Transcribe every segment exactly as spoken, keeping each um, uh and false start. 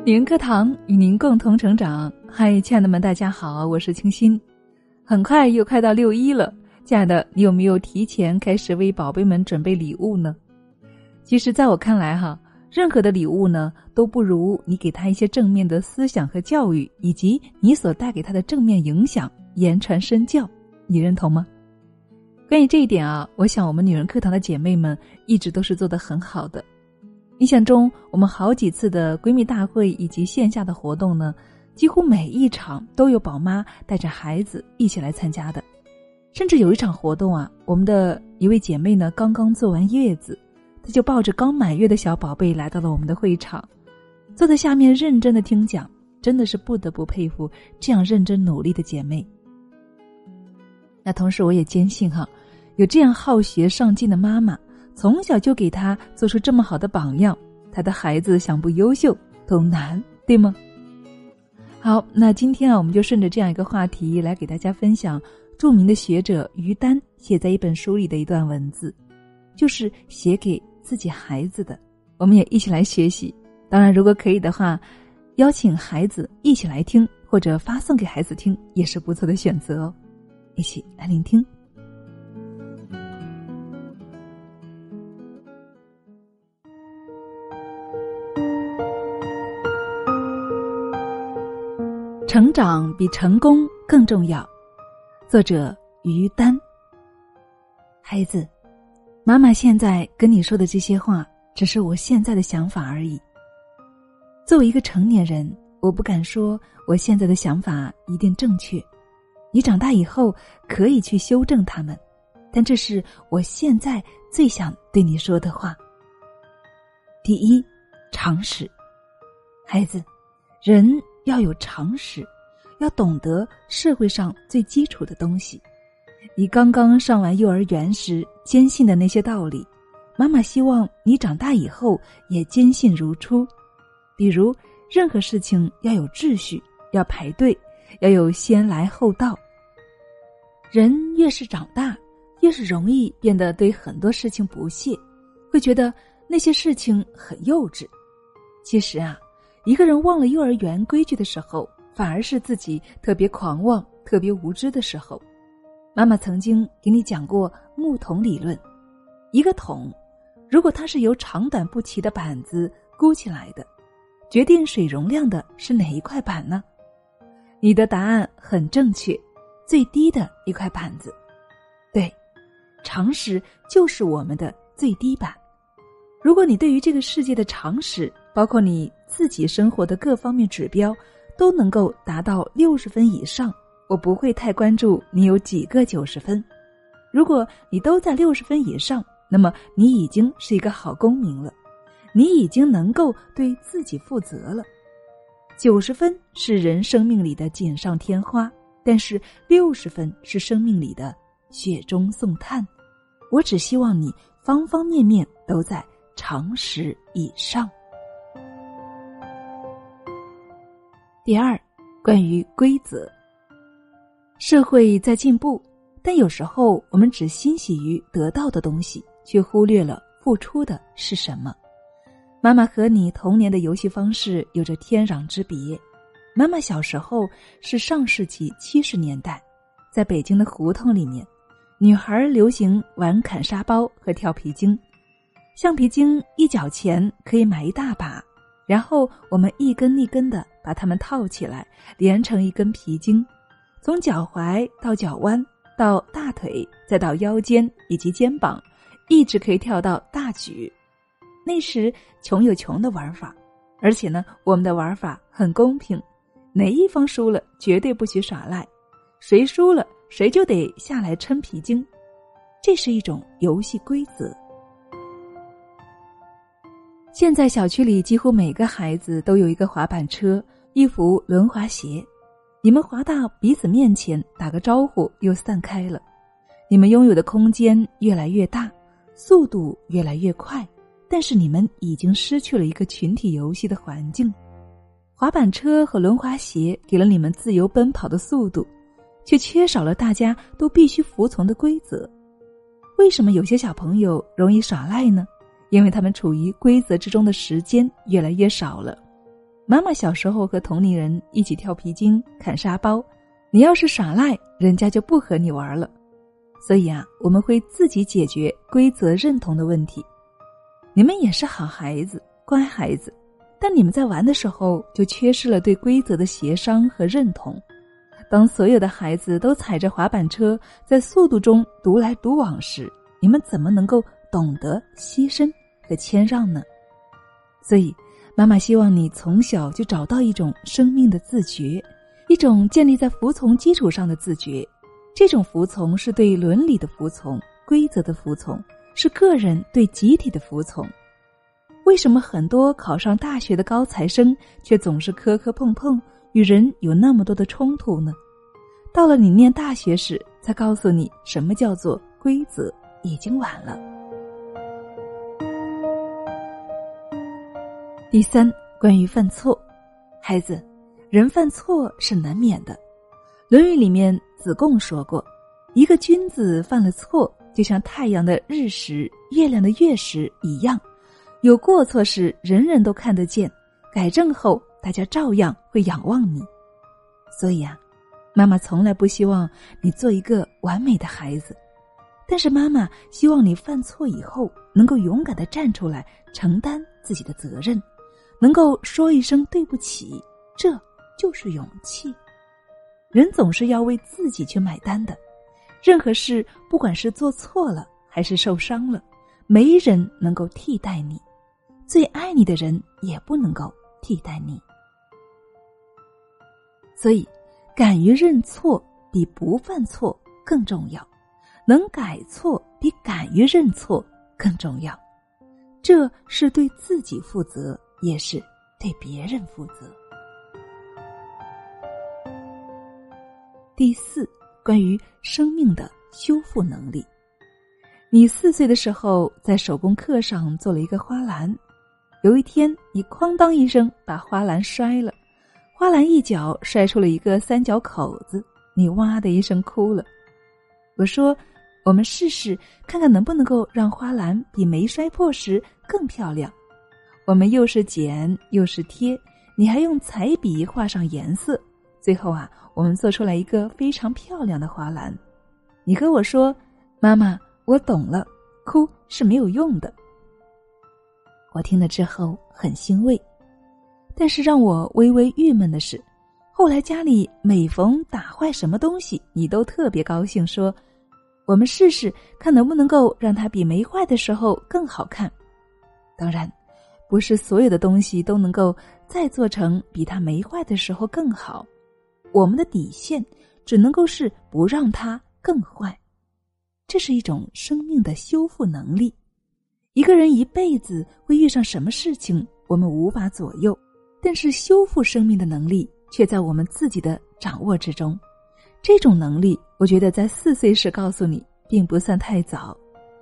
女人课堂与您共同成长。嗨，亲爱的们，大家好，我是清新。很快又快到六一了，亲爱的，你有没有提前开始为宝贝们准备礼物呢？其实在我看来哈，任何的礼物呢，都不如你给他一些正面的思想和教育，以及你所带给他的正面影响，言传身教。你认同吗？关于这一点啊，我想我们女人课堂的姐妹们一直都是做得很好的。印象中，我们好几次的闺蜜大会以及线下的活动呢，几乎每一场都有宝妈带着孩子一起来参加的。甚至有一场活动啊，我们的一位姐妹呢，刚刚坐完月子，她就抱着刚满月的小宝贝来到了我们的会场，坐在下面认真的听讲，真的是不得不佩服这样认真努力的姐妹。那同时我也坚信哈，有这样好学上进的妈妈，从小就给他做出这么好的榜样，他的孩子想不优秀都难，对吗？好，那今天啊，我们就顺着这样一个话题来给大家分享著名的学者于丹写在一本书里的一段文字，就是写给自己孩子的，我们也一起来学习。当然如果可以的话，邀请孩子一起来听，或者发送给孩子听，也是不错的选择哦。一起来聆听。成长比成功更重要。作者于丹。孩子，妈妈现在跟你说的这些话，只是我现在的想法而已。作为一个成年人，我不敢说我现在的想法一定正确，你长大以后可以去修正它们，但这是我现在最想对你说的话。第一，常识。孩子，人要有常识，要懂得社会上最基础的东西。你刚刚上完幼儿园时坚信的那些道理，妈妈希望你长大以后也坚信如初。比如，任何事情要有秩序，要排队，要有先来后到。人越是长大，越是容易变得对很多事情不屑，会觉得那些事情很幼稚。其实啊，一个人忘了幼儿园规矩的时候，反而是自己特别狂妄、特别无知的时候。妈妈曾经给你讲过木桶理论。一个桶，如果它是由长短不齐的板子箍起来的，决定水容量的是哪一块板呢？你的答案很正确，最低的一块板子。对，常识就是我们的最低板。如果你对于这个世界的常识，包括你自己生活的各方面指标，都能够达到六十分以上，我不会太关注你有几个九十分。如果你都在六十分以上，那么你已经是一个好公民了，你已经能够对自己负责了。九十分是人生命里的锦上添花，但是六十分是生命里的雪中送炭。我只希望你方方面面都在常识以上。第二，关于规则。社会在进步，但有时候我们只欣喜于得到的东西，却忽略了付出的是什么。妈妈和你童年的游戏方式有着天壤之别。妈妈小时候是上世纪七十年代，在北京的胡同里面，女孩流行玩砍沙包和跳皮筋。橡皮筋一角钱可以买一大把，然后我们一根一根的把它们套起来，连成一根皮筋，从脚踝到脚弯，到大腿，再到腰间以及肩膀，一直可以跳到大举。那时穷有穷的玩法，而且呢，我们的玩法很公平，哪一方输了绝对不许耍赖，谁输了谁就得下来抻皮筋，这是一种游戏规则。现在小区里几乎每个孩子都有一个滑板车，一副轮滑鞋，你们滑到彼此面前打个招呼又散开了，你们拥有的空间越来越大，速度越来越快，但是你们已经失去了一个群体游戏的环境。滑板车和轮滑鞋给了你们自由奔跑的速度，却缺少了大家都必须服从的规则。为什么有些小朋友容易耍赖呢？因为他们处于规则之中的时间越来越少了。 妈妈小时候和同龄人一起跳皮筋、砍沙包，你要是耍赖，人家就不和你玩了。所以啊，我们会自己解决规则认同的问题。你们也是好孩子、乖孩子，但你们在玩的时候就缺失了对规则的协商和认同。当所有的孩子都踩着滑板车在速度中独来独往时，你们怎么能够懂得牺牲和谦让呢？所以妈妈希望你从小就找到一种生命的自觉，一种建立在服从基础上的自觉。这种服从是对伦理的服从，规则的服从，是个人对集体的服从。为什么很多考上大学的高材生却总是磕磕碰碰，与人有那么多的冲突呢？到了你念大学时，才告诉你什么叫做规则，已经晚了。第三，关于犯错。孩子，人犯错是难免的。论语里面子贡说过，一个君子犯了错，就像太阳的日食、月亮的月食一样，有过错时人人都看得见，改正后大家照样会仰望你。所以啊，妈妈从来不希望你做一个完美的孩子，但是妈妈希望你犯错以后能够勇敢地站出来承担自己的责任，能够说一声对不起，这就是勇气。人总是要为自己去买单的，任何事不管是做错了还是受伤了，没人能够替代你，最爱你的人也不能够替代你。所以敢于认错比不犯错更重要，能改错比敢于认错更重要。这是对自己负责，也是对别人负责。第四，关于生命的修复能力。你四岁的时候在手工课上做了一个花篮，有一天你哐当一声把花篮摔了，花篮一角摔出了一个三角口子，你哇的一声哭了。我说，我们试试看看能不能够让花篮比没摔破时更漂亮。我们又是剪又是贴，你还用彩笔画上颜色，最后啊，我们做出来一个非常漂亮的花篮。你和我说，妈妈，我懂了，哭是没有用的。我听了之后很欣慰，但是让我微微郁闷的是，后来家里每逢打坏什么东西，你都特别高兴，说我们试试看能不能够让它比没坏的时候更好看。当然不是所有的东西都能够再做成比它没坏的时候更好，我们的底线只能够是不让它更坏。这是一种生命的修复能力。一个人一辈子会遇上什么事情，我们无法左右，但是修复生命的能力却在我们自己的掌握之中。这种能力，我觉得在四岁时告诉你，并不算太早。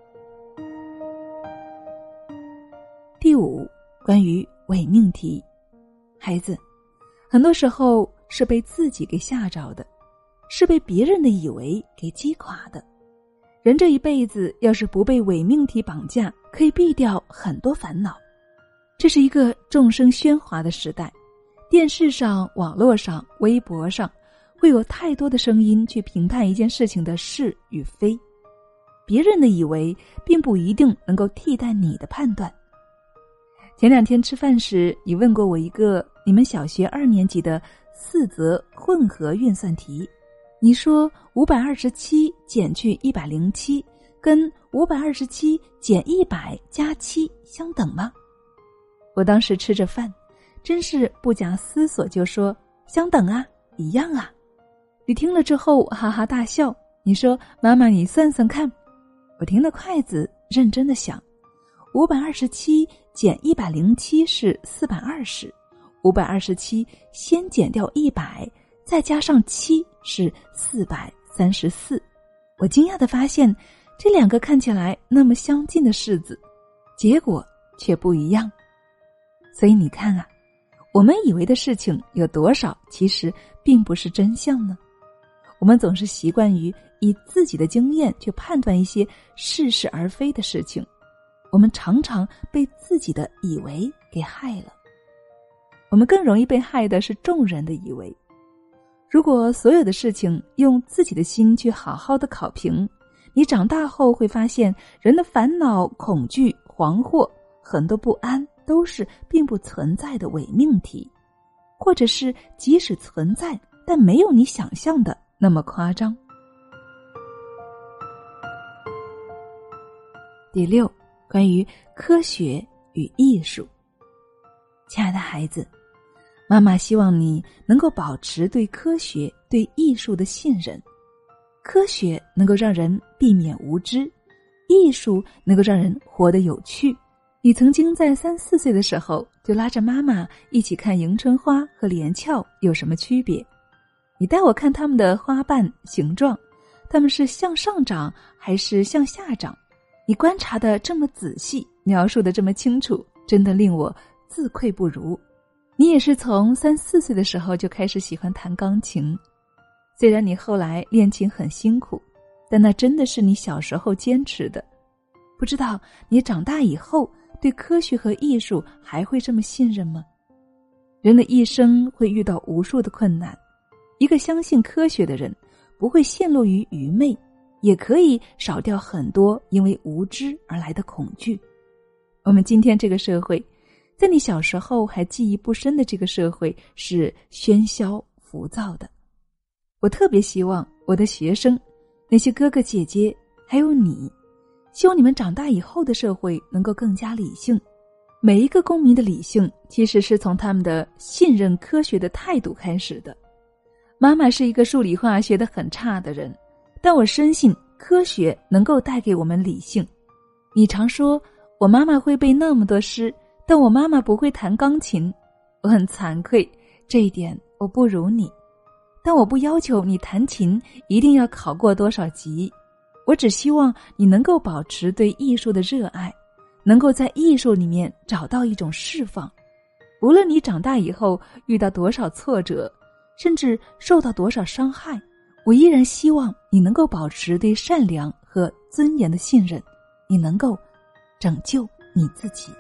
第五，关于伪命题。孩子，很多时候是被自己给吓着的，是被别人的以为给击垮的。人这一辈子要是不被伪命题绑架，可以避掉很多烦恼。这是一个众声喧哗的时代，电视上、网络上、微博上会有太多的声音去评判一件事情的是与非。别人的以为并不一定能够替代你的判断。前两天吃饭时，你问过我一个你们小学二年级的四则混合运算题。你说五百二十七减去一百零七跟五百二十七减一百加七相等吗？我当时吃着饭，真是不假思索就说相等啊，一样啊。你听了之后哈哈大笑，你说妈妈你算算看。我停了筷子，认真的想，五百二十七减一百零七是四百二十，五百二十七先减掉一百再加上七是四百三十四。我惊讶地发现，这两个看起来那么相近的式子，结果却不一样。所以你看啊，我们以为的事情有多少，其实并不是真相呢？我们总是习惯于以自己的经验去判断一些似是而非的事情，我们常常被自己的以为给害了。 我们更容易被害的是众人的以为。如果所有的事情用自己的心去好好的考评，你长大后会发现，人的烦恼、恐惧、惶惑，很多不安都是并不存在的伪命题，或者是即使存在，但没有你想象的那么夸张。第六，关于科学与艺术。亲爱的孩子，妈妈希望你能够保持对科学、对艺术的信任。科学能够让人避免无知，艺术能够让人活得有趣。你曾经在三四岁的时候就拉着妈妈一起看迎春花和连翘有什么区别？你带我看它们的花瓣形状，它们是向上长还是向下长？你观察得这么仔细，描述得这么清楚，真的令我自愧不如。你也是从三四岁的时候就开始喜欢弹钢琴，虽然你后来练琴很辛苦，但那真的是你小时候坚持的。不知道你长大以后对科学和艺术还会这么信任吗？人的一生会遇到无数的困难，一个相信科学的人不会陷入于愚昧，也可以少掉很多因为无知而来的恐惧。我们今天这个社会，在你小时候还记忆不深的这个社会是喧嚣浮躁的。我特别希望我的学生，那些哥哥姐姐，还有你，希望你们长大以后的社会能够更加理性。每一个公民的理性其实是从他们的信任科学的态度开始的。妈妈是一个数理化学得很差的人，但我深信科学能够带给我们理性。你常说我妈妈会背那么多诗，但我妈妈不会弹钢琴。我很惭愧，这一点我不如你。但我不要求你弹琴一定要考过多少级，我只希望你能够保持对艺术的热爱，能够在艺术里面找到一种释放。无论你长大以后遇到多少挫折，甚至受到多少伤害，我依然希望你能够保持对善良和尊严的信任，你能够拯救你自己。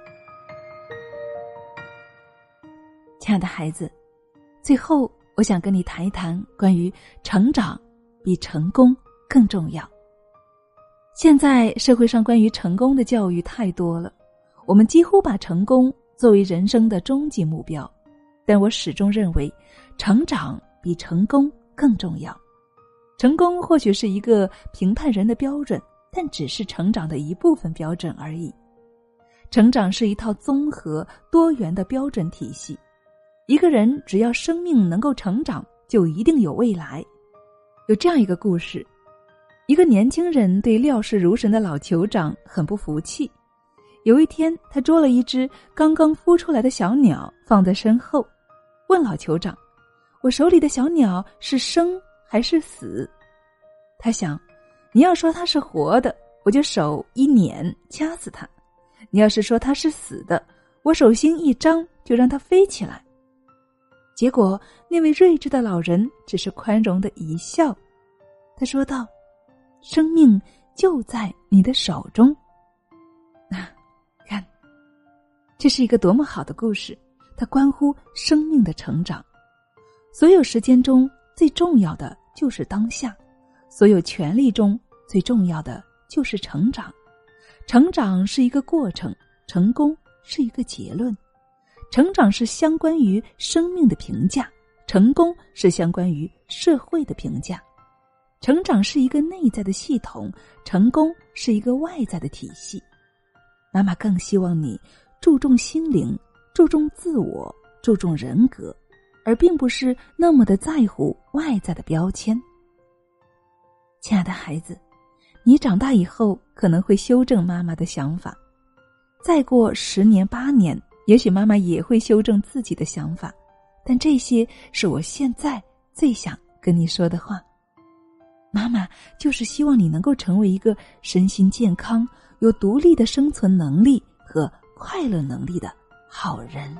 亲爱的孩子，最后我想跟你谈一谈关于成长比成功更重要。现在社会上关于成功的教育太多了，我们几乎把成功作为人生的终极目标，但我始终认为成长比成功更重要。成功或许是一个评判人的标准，但只是成长的一部分标准而已。成长是一套综合多元的标准体系，一个人只要生命能够成长，就一定有未来。有这样一个故事，一个年轻人对料事如神的老酋长很不服气。有一天，他捉了一只刚刚孵出来的小鸟放在身后，问老酋长，我手里的小鸟是生还是死？他想，你要说它是活的，我就手一捻掐死它；你要是说它是死的，我手心一张就让它飞起来。结果那位睿智的老人只是宽容的一笑，他说道，生命就在你的手中。啊，看，这是一个多么好的故事，它关乎生命的成长。所有时间中最重要的就是当下，所有权利中最重要的就是成长。成长是一个过程，成功是一个结论。成长是相关于生命的评价，成功是相关于社会的评价。成长是一个内在的系统，成功是一个外在的体系。妈妈更希望你注重心灵，注重自我，注重人格，而并不是那么的在乎外在的标签。亲爱的孩子，你长大以后可能会修正妈妈的想法，再过十年八年，也许妈妈也会修正自己的想法，但这些是我现在最想跟你说的话。妈妈就是希望你能够成为一个身心健康、有独立的生存能力和快乐能力的好人。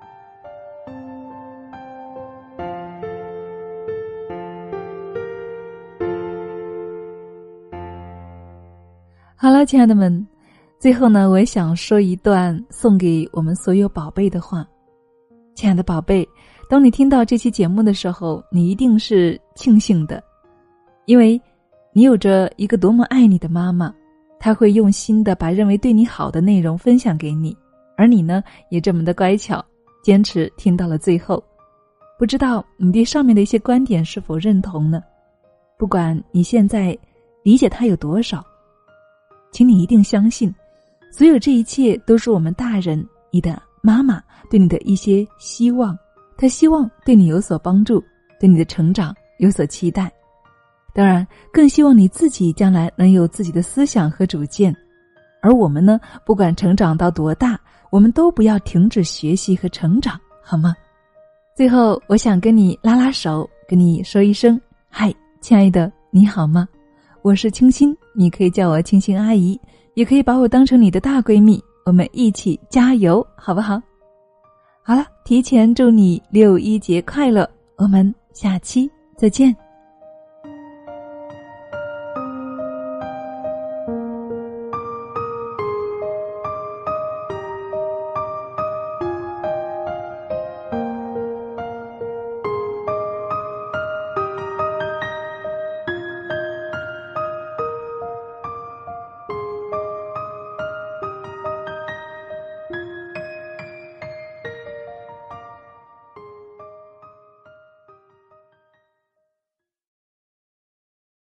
好了，亲爱的们，最后呢，我也想说一段送给我们所有宝贝的话。 亲爱的宝贝，当你听到这期节目的时候，你一定是庆幸的，因为你有着一个多么爱你的妈妈，她会用心的把认为对你好的内容分享给你，而你呢，也这么的乖巧，坚持听到了最后。不知道你对上面的一些观点是否认同呢？不管你现在理解它有多少，请你一定相信，所有这一切都是我们大人，你的妈妈对你的一些希望，她希望对你有所帮助，对你的成长有所期待。当然，更希望你自己将来能有自己的思想和主见。而我们呢，不管成长到多大，我们都不要停止学习和成长，好吗？最后，我想跟你拉拉手，跟你说一声，嗨，亲爱的，你好吗？我是清新，你可以叫我清新阿姨，也可以把我当成你的大闺蜜，我们一起加油，好不好？好了，提前祝你六一节快乐，我们下期再见。